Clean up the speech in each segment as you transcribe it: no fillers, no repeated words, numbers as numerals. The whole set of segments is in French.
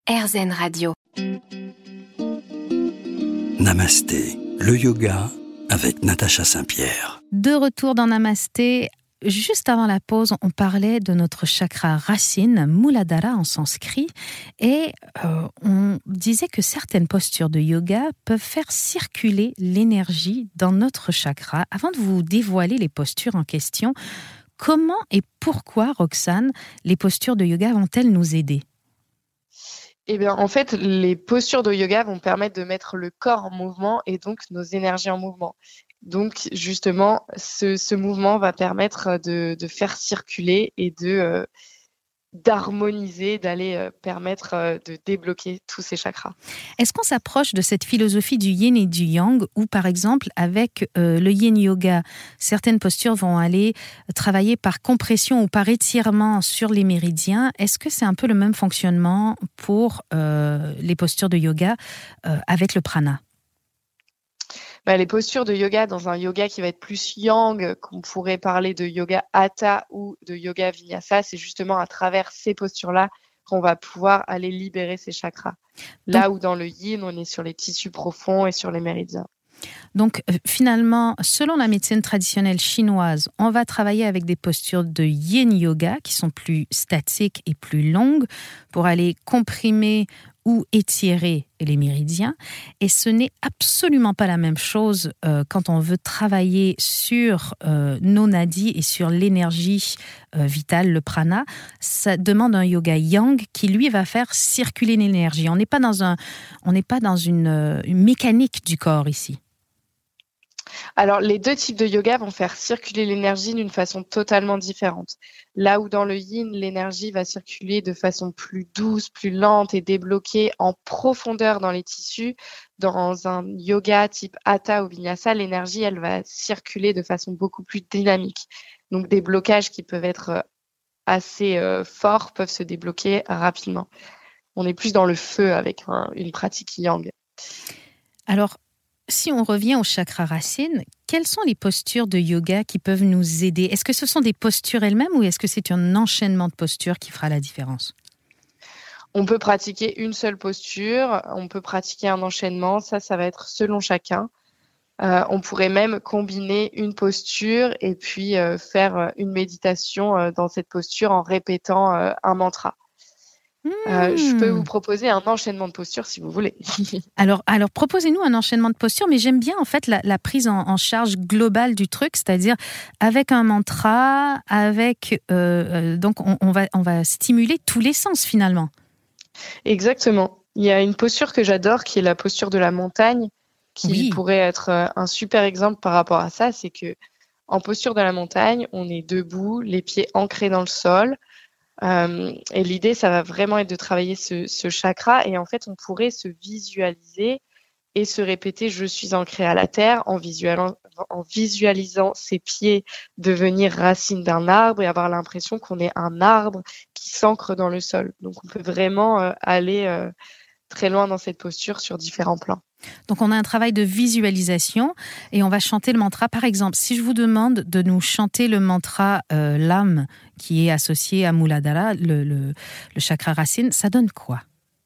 RZN Radio. Namasté, le yoga avec Natacha Saint-Pierre. De retour dans Namasté. Juste avant la pause, on parlait de notre chakra racine, Muladhara en sanskrit, et on disait que certaines postures de yoga peuvent faire circuler l'énergie dans notre chakra. Avant de vous dévoiler les postures en question, comment et pourquoi, Roxane, les postures de yoga vont-elles nous aider ? Eh bien, en fait, les postures de yoga vont permettre de mettre le corps en mouvement et donc nos énergies en mouvement. Donc, justement, ce mouvement va permettre de faire circuler et d'harmoniser, d'aller permettre de débloquer tous ces chakras. Est-ce qu'on s'approche de cette philosophie du yin et du yang où, par exemple, avec le yin yoga, certaines postures vont aller travailler par compression ou par étirement sur les méridiens? Est-ce que c'est un peu le même fonctionnement pour les postures de yoga avec le prana? Les postures de yoga, dans un yoga qui va être plus yang, qu'on pourrait parler de yoga hatha ou de yoga vinyasa, c'est justement à travers ces postures-là qu'on va pouvoir aller libérer ces chakras. Là où dans le yin, on est sur les tissus profonds et sur les méridiens. Donc finalement, selon la médecine traditionnelle chinoise, on va travailler avec des postures de yin yoga qui sont plus statiques et plus longues pour aller comprimer ou étirer les méridiens. Et ce n'est absolument pas la même chose quand on veut travailler sur nos nadis et sur l'énergie vitale, le prana. Ça demande un yoga yang qui, lui, va faire circuler l'énergie. On n'est pas dans une mécanique du corps ici. Alors, les deux types de yoga vont faire circuler l'énergie d'une façon totalement différente. Là où dans le yin, l'énergie va circuler de façon plus douce, plus lente et débloquée en profondeur dans les tissus, dans un yoga type hatha ou vinyasa, l'énergie, elle va circuler de façon beaucoup plus dynamique. Donc, des blocages qui peuvent être assez forts peuvent se débloquer rapidement. On est plus dans le feu avec une pratique yang. Alors, si on revient au chakra racine, quelles sont les postures de yoga qui peuvent nous aider? Est-ce que ce sont des postures elles-mêmes ou est-ce que c'est un enchaînement de postures qui fera la différence? On peut pratiquer une seule posture, on peut pratiquer un enchaînement, ça va être selon chacun. On pourrait même combiner une posture et puis faire une méditation dans cette posture en répétant un mantra. Je peux vous proposer un enchaînement de postures si vous voulez. Alors, proposez-nous un enchaînement de postures, mais j'aime bien en fait la prise en charge globale du truc, c'est-à-dire avec un mantra, donc on va stimuler tous les sens finalement. Exactement. Il y a une posture que j'adore qui est la posture de la montagne, qui pourrait être un super exemple par rapport à ça. C'est que en posture de la montagne, on est debout, les pieds ancrés dans le sol. Et l'idée, ça va vraiment être de travailler ce chakra. Et en fait, on pourrait se visualiser et se répéter « Je suis ancré à la terre » en visualisant ses pieds devenir racines d'un arbre et avoir l'impression qu'on est un arbre qui s'ancre dans le sol. Donc, on peut vraiment aller très loin dans cette posture sur différents plans. Donc, on a un travail de visualisation et on va chanter le mantra. Par exemple, si je vous demande de nous chanter le mantra l'âme qui est associé à Muladhara, le chakra racine, ça donne quoi?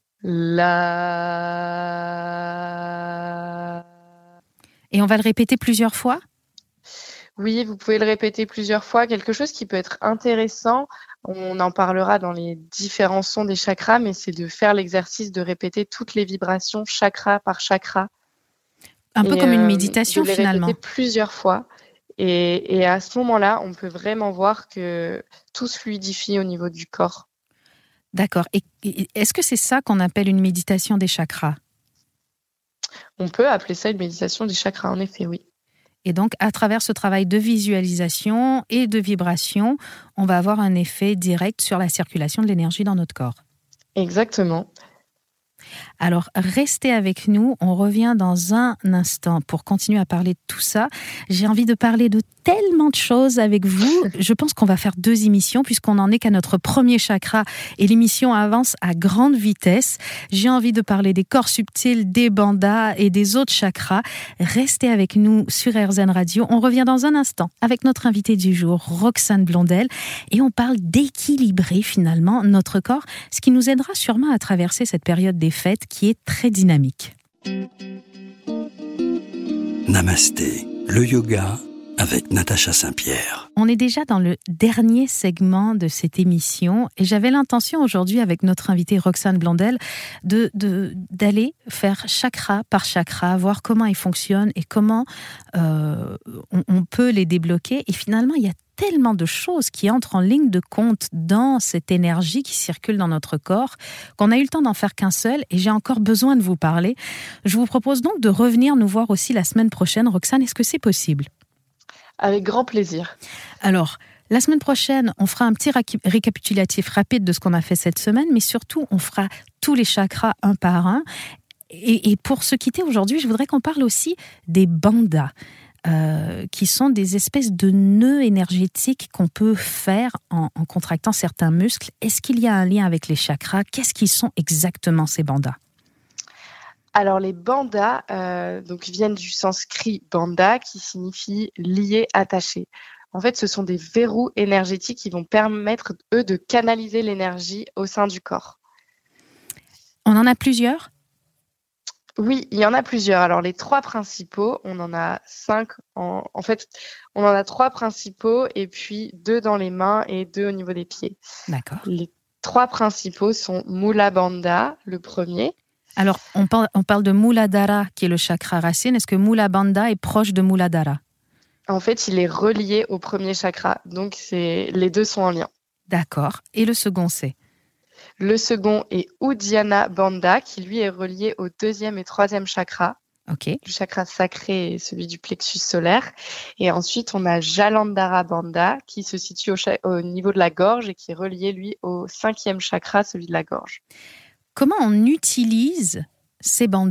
Et on va le répéter plusieurs fois? Oui, vous pouvez le répéter plusieurs fois. Quelque chose qui peut être intéressant, on en parlera dans les différents sons des chakras, mais c'est de faire l'exercice de répéter toutes les vibrations chakra par chakra. Un peu comme une méditation finalement. De les répéter plusieurs fois. Et à ce moment-là, on peut vraiment voir que tout se fluidifie au niveau du corps. D'accord. Et est-ce que c'est ça qu'on appelle une méditation des chakras? On peut appeler ça une méditation des chakras, en effet, oui. Et donc, à travers ce travail de visualisation et de vibration, on va avoir un effet direct sur la circulation de l'énergie dans notre corps. Exactement. Alors, restez avec nous. On revient dans un instant pour continuer à parler de tout ça. J'ai envie de parler de tellement de choses avec vous. Je pense qu'on va faire 2 émissions puisqu'on n'en est qu'à notre premier chakra et l'émission avance à grande vitesse. J'ai envie de parler des corps subtils, des bandhas et des autres chakras. Restez avec nous sur RZN Radio. On revient dans un instant avec notre invitée du jour, Roxane Blondel, et on parle d'équilibrer finalement notre corps, ce qui nous aidera sûrement à traverser cette période des fêtes qui est très dynamique. Namasté, le yoga avec Natacha Saint-Pierre. On est déjà dans le dernier segment de cette émission et j'avais l'intention aujourd'hui avec notre invitée Roxane Blondel d'aller faire chakra par chakra, voir comment ils fonctionnent et comment on peut les débloquer. Et finalement, il y a tellement de choses qui entrent en ligne de compte dans cette énergie qui circule dans notre corps qu'on a eu le temps d'en faire qu'un seul et j'ai encore besoin de vous parler. Je vous propose donc de revenir nous voir aussi la semaine prochaine. Roxane, est-ce que c'est possible ? Avec grand plaisir. Alors, la semaine prochaine, on fera un petit récapitulatif rapide de ce qu'on a fait cette semaine, mais surtout, on fera tous les chakras un par un. Et pour se quitter aujourd'hui, je voudrais qu'on parle aussi des bandhas, qui sont des espèces de nœuds énergétiques qu'on peut faire en contractant certains muscles. Est-ce qu'il y a un lien avec les chakras ? Qu'est-ce qu'ils sont exactement ces bandhas ? Alors les bandhas donc viennent du sanskrit bandha qui signifie lié, attaché. En fait, ce sont des verrous énergétiques qui vont permettre eux de canaliser l'énergie au sein du corps. On en a plusieurs ? Oui, il y en a plusieurs. Alors les 3 principaux, on en a 5 en fait, on en a 3 principaux et puis 2 dans les mains et 2 au niveau des pieds. D'accord. Les 3 principaux sont Mula Bandha, le premier. Alors, on parle de Muladhara, qui est le chakra racine. Est-ce que Mula Bandha est proche de Muladhara ? En fait, il est relié au premier chakra. Donc, les 2 sont en lien. D'accord. Et le second, c'est ? Le second est Uddiyana Bandha, qui lui est relié au 2e et 3e chakra. Ok. Le chakra sacré et celui du plexus solaire. Et ensuite, on a Jalandhara Bandha, qui se situe au niveau de la gorge et qui est relié, lui, au 5e chakra, celui de la gorge. Comment on utilise ces bandhas ?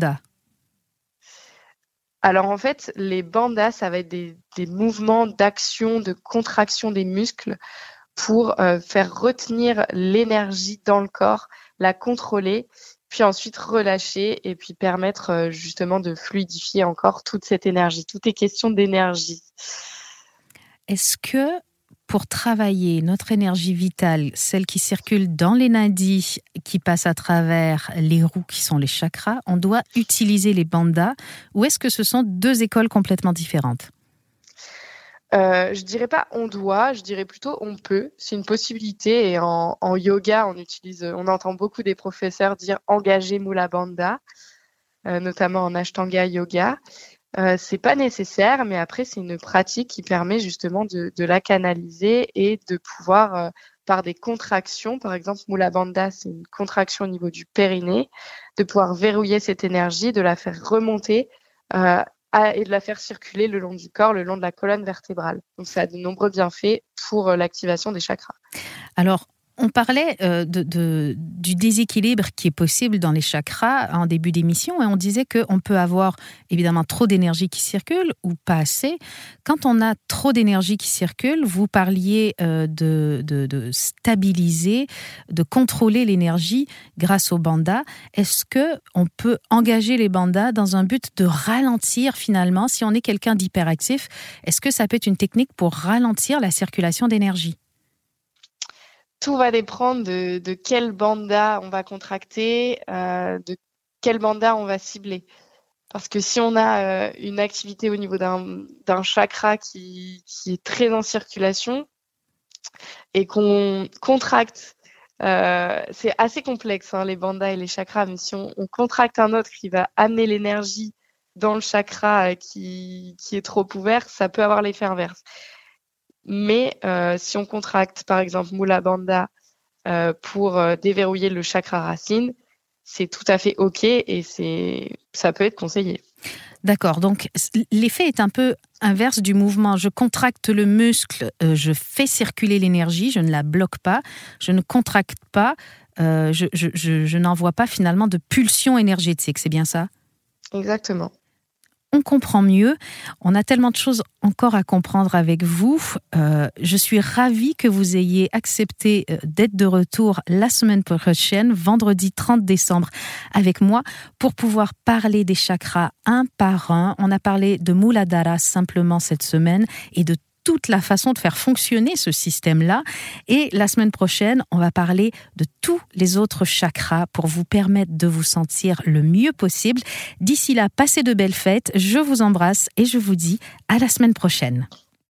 Alors en fait, les bandhas, ça va être des mouvements d'action, de contraction des muscles pour faire retenir l'énergie dans le corps, la contrôler, puis ensuite relâcher et puis permettre justement de fluidifier encore toute cette énergie. Tout est question d'énergie. Est-ce que pour travailler notre énergie vitale, celle qui circule dans les nadis, qui passe à travers les roues qui sont les chakras, on doit utiliser les bandhas ou est-ce que ce sont 2 écoles complètement différentes ? Je dirais pas on doit, je dirais plutôt on peut. C'est une possibilité et en yoga, on entend beaucoup des professeurs dire engager Mula Bandha, notamment en Ashtanga Yoga. C'est pas nécessaire, mais après c'est une pratique qui permet justement de la canaliser et de pouvoir par des contractions, par exemple Mula Bandha, c'est une contraction au niveau du périnée, de pouvoir verrouiller cette énergie, de la faire remonter et de la faire circuler le long du corps, le long de la colonne vertébrale. Donc ça a de nombreux bienfaits pour l'activation des chakras. Alors, on parlait du déséquilibre qui est possible dans les chakras en début d'émission et on disait qu'on peut avoir évidemment trop d'énergie qui circule ou pas assez. Quand on a trop d'énergie qui circule, vous parliez de stabiliser, de contrôler l'énergie grâce aux bandhas. Est-ce qu'on peut engager les bandhas dans un but de ralentir finalement, si on est quelqu'un d'hyperactif, est-ce que ça peut être une technique pour ralentir la circulation d'énergie ? Tout va dépendre de quel bandha on va contracter, de quel bandha on va cibler. Parce que si on a une activité au niveau d'un chakra qui est très en circulation et qu'on contracte, c'est assez complexe les bandhas et les chakras, mais si on contracte un autre qui va amener l'énergie dans le chakra qui est trop ouvert, ça peut avoir l'effet inverse. Mais si on contracte, par exemple, Mula Bandha pour déverrouiller le chakra racine, c'est tout à fait OK et ça peut être conseillé. D'accord, donc l'effet est un peu inverse du mouvement. Je contracte le muscle, je fais circuler l'énergie, je ne la bloque pas, je ne contracte pas, je n'envoie pas finalement de pulsion énergétique, c'est bien ça ? Exactement. on comprend mieux. On a tellement de choses encore à comprendre avec vous. Je suis ravie que vous ayez accepté d'être de retour la semaine prochaine, vendredi 30 décembre, avec moi, pour pouvoir parler des chakras un par un. On a parlé de Muladhara simplement cette semaine et de toute la façon de faire fonctionner ce système-là. Et la semaine prochaine, on va parler de tous les autres chakras pour vous permettre de vous sentir le mieux possible. D'ici là, passez de belles fêtes. Je vous embrasse et je vous dis à la semaine prochaine.